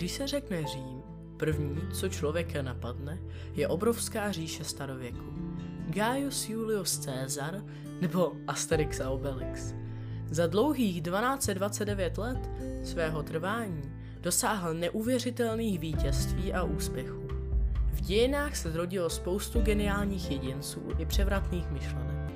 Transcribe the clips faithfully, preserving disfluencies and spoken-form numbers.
Když se řekne Řím, první, co člověka napadne, je obrovská říše starověku. Gaius Julius Caesar nebo Asterix a Obelix. Za dlouhých dvanáct set dvacet devět let svého trvání dosáhl neuvěřitelných vítězství a úspěchů. V dějinách se zrodilo spoustu geniálních jedinců i převratných myšlenek.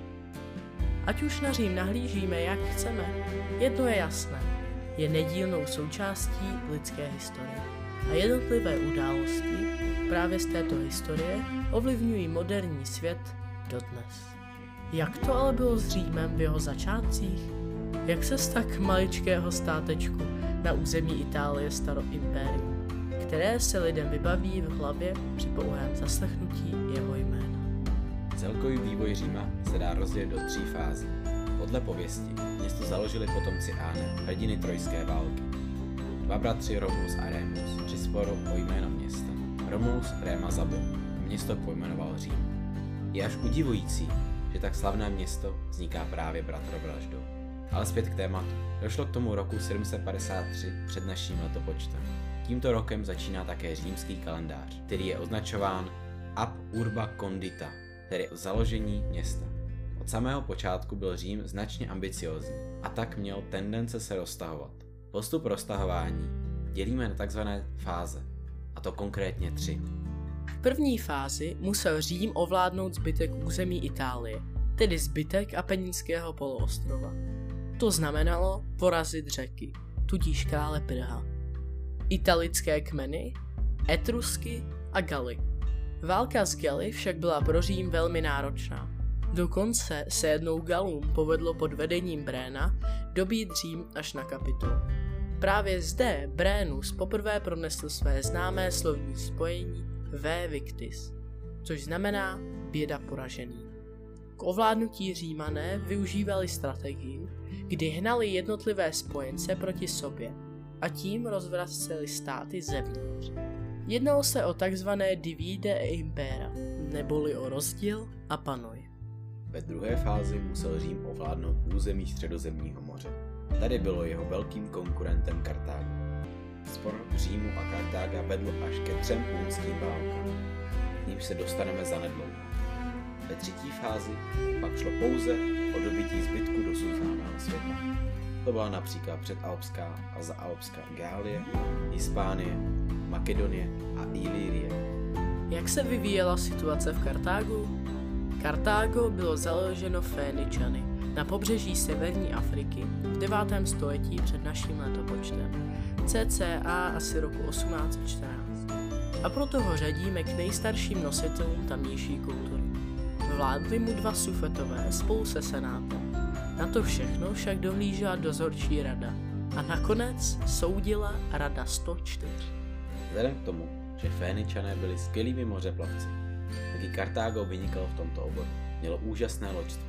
Ať už na Řím nahlížíme, jak chceme, jedno je jasné, je nedílnou součástí lidské historie. A jednotlivé události právě z této historie ovlivňují moderní svět dodnes. Jak to ale bylo s Římem v jeho začátcích? Jak se z tak maličkého státečku na území Itálie stalo impérium, které se lidem vybaví v hlavě při pouhém zaslechnutí jeho jména? Celkový vývoj Říma se dá rozdělit do tří fází. Podle pověsti město založili potomci Áne, hrdiny trojské války. Dva bratři Romulus a Remus při sporu o jméno města. Romulus Réma zabil a město pojmenoval Řím. Je až udivující, že tak slavné město vzniká právě bratrovraždou. Ale zpět k tématu. Došlo k tomu roku sedm set padesát tři před naším letopočtem. Tímto rokem začíná také římský kalendář, který je označován Ab Urba Condita, tedy založení města. Od samého počátku byl Řím značně ambiciózní a tak měl tendence se roztahovat. Postup roztahování dělíme na takzvané fáze, a to konkrétně tři. V první fázi musel Řím ovládnout zbytek území Itálie, tedy zbytek Apeninského poloostrova. To znamenalo porazit Řeky, tudíž krále Pyrrha, italické kmeny, Etrusky a Galy. Válka s Galy však byla pro Řím velmi náročná. Dokonce se jednou Galům povedlo pod vedením Bréna dobít Řím až na Kapitol. Právě zde Brénus poprvé pronesl své známé slovní spojení Ve Victis, což znamená běda poražený. K ovládnutí Římané využívali strategii, kdy hnali jednotlivé spojence proti sobě a tím rozvraceli státy zevnitř. Jednalo se o takzvané divide e impera, neboli o rozdíl a panuj. Ve druhé fázi musel Řím ovládnout území Středozemního moře. Tady bylo jeho velkým konkurentem Kartágo. Spor Římu a Kartága vedl až ke třem punským válkám, k nímž se dostaneme zanedlouho. Ve třetí fázi pak šlo pouze o dobytí zbytku dosud známého světa. To byla například předalpská a zaalpská Gálie, Hispánie, Makedonie a Ilýrie. Jak se vyvíjela situace v Kartágu? Kartágo bylo založeno Féničany na pobřeží severní Afriky v devátém století před naším letopočtem, cca asi roku osmnáct set čtrnáct. A proto ho řadíme k nejstarším nositelům tamnější kultury. Vládli mu dva sufetové spolu se senátem. Na to všechno však dohlížela dozorčí rada a nakonec soudila rada sto čtyři. Vzhledem k tomu, že Féničané byli skvělými mořeplavci, tak i Kartágo vynikalo v tomto oboru. Mělo úžasné loďstvo.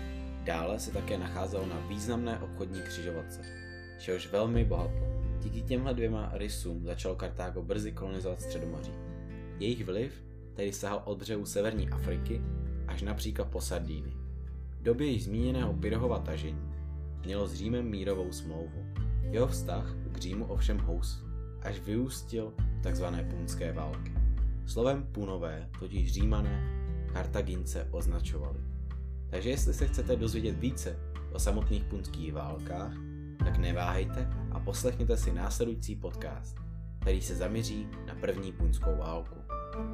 Dále se také nacházelo na významné obchodní křižovatce, čehož velmi bohatlo. Díky těmhle dvěma rysům začalo Kartágo brzy kolonizovat Středomoří. Jejich vliv tedy sahal od břehu severní Afriky až například po Sardínii. V době již zmíněného Pyrrhova tažení mělo s Římem mírovou smlouvu. Jeho vztah k Římu ovšem housl, až vyústil v tzv. Punské války. Slovem Punové totiž Římané Kartagince označovali. Takže jestli se chcete dozvědět více o samotných punských válkách, tak neváhejte a poslechněte si následující podcast, který se zaměří na první punskou válku.